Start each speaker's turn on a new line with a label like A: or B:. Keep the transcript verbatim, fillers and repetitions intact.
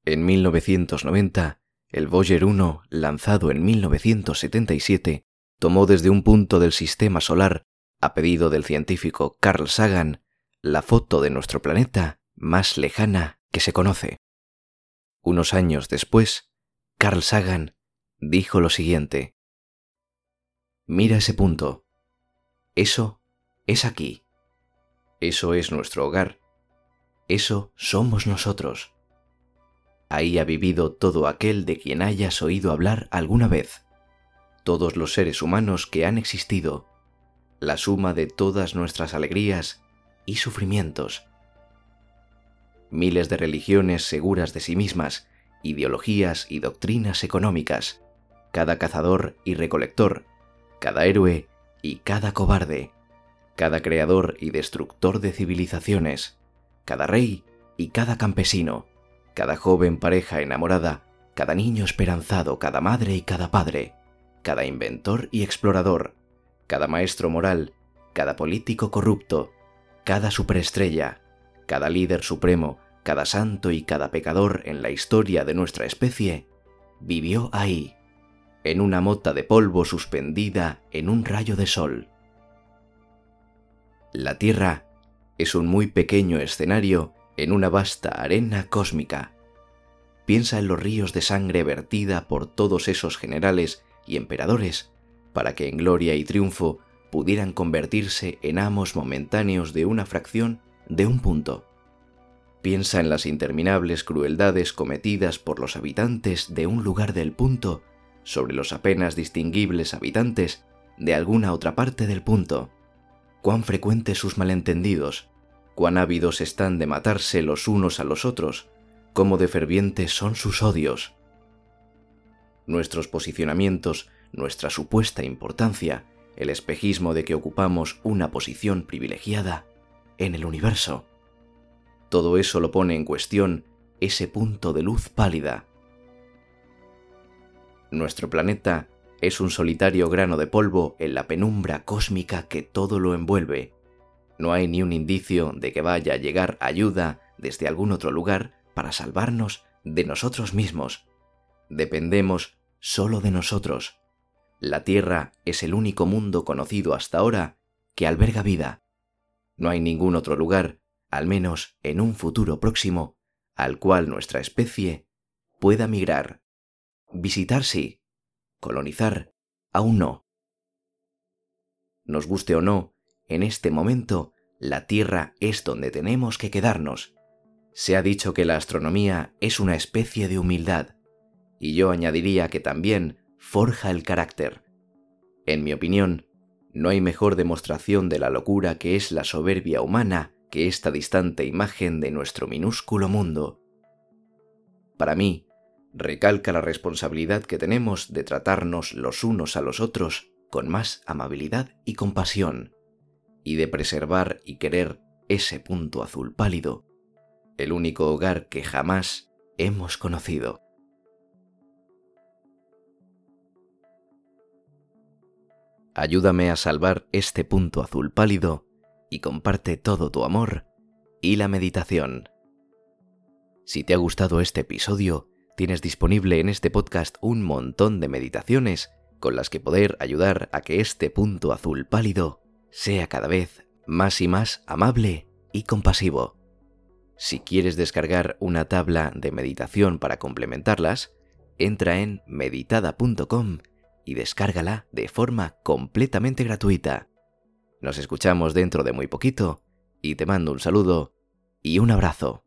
A: En mil novecientos noventa, el Voyager uno, lanzado en mil novecientos setenta y siete, tomó desde un punto del sistema solar, a pedido del científico Carl Sagan, la foto de nuestro planeta más lejana que se conoce. Unos años después, Carl Sagan dijo lo siguiente: «Mira ese punto. Eso es aquí. Eso es nuestro hogar. Eso somos nosotros. Ahí ha vivido todo aquel de quien hayas oído hablar alguna vez. Todos los seres humanos que han existido. La suma de todas nuestras alegrías y sufrimientos. Miles de religiones seguras de sí mismas, ideologías y doctrinas económicas, cada cazador y recolector, cada héroe y cada cobarde, cada creador y destructor de civilizaciones, cada rey y cada campesino, cada joven pareja enamorada, cada niño esperanzado, cada madre y cada padre, cada inventor y explorador, cada maestro moral, cada político corrupto, cada superestrella, cada líder supremo, cada santo y cada pecador en la historia de nuestra especie, vivió ahí, en una mota de polvo suspendida en un rayo de sol. La Tierra es un muy pequeño escenario en una vasta arena cósmica. Piensa en los ríos de sangre vertida por todos esos generales y emperadores para que en gloria y triunfo pudieran convertirse en amos momentáneos de una fracción de un punto. Piensa en las interminables crueldades cometidas por los habitantes de un lugar del punto sobre los apenas distinguibles habitantes de alguna otra parte del punto. Cuán frecuentes sus malentendidos, cuán ávidos están de matarse los unos a los otros, cómo de fervientes son sus odios. Nuestros posicionamientos, nuestra supuesta importancia, el espejismo de que ocupamos una posición privilegiada en el universo. Todo eso lo pone en cuestión ese punto de luz pálida. Nuestro planeta es un solitario grano de polvo en la penumbra cósmica que todo lo envuelve. No hay ni un indicio de que vaya a llegar ayuda desde algún otro lugar para salvarnos de nosotros mismos. Dependemos solo de nosotros. La Tierra es el único mundo conocido hasta ahora que alberga vida. No hay ningún otro lugar, al menos en un futuro próximo, al cual nuestra especie pueda migrar. Visitar sí, colonizar aún no. Nos guste o no, en este momento, la Tierra es donde tenemos que quedarnos. Se ha dicho que la astronomía es una especie de humildad, y yo añadiría que también forja el carácter. En mi opinión, no hay mejor demostración de la locura que es la soberbia humana que esta distante imagen de nuestro minúsculo mundo. Para mí, recalca la responsabilidad que tenemos de tratarnos los unos a los otros con más amabilidad y compasión, y de preservar y querer ese punto azul pálido, el único hogar que jamás hemos conocido. Ayúdame a salvar este punto azul pálido y comparte todo tu amor y la meditación. Si te ha gustado este episodio, tienes disponible en este podcast un montón de meditaciones con las que poder ayudar a que este punto azul pálido sea cada vez más y más amable y compasivo. Si quieres descargar una tabla de meditación para complementarlas, entra en meditada punto com y descárgala de forma completamente gratuita. Nos escuchamos dentro de muy poquito y te mando un saludo y un abrazo.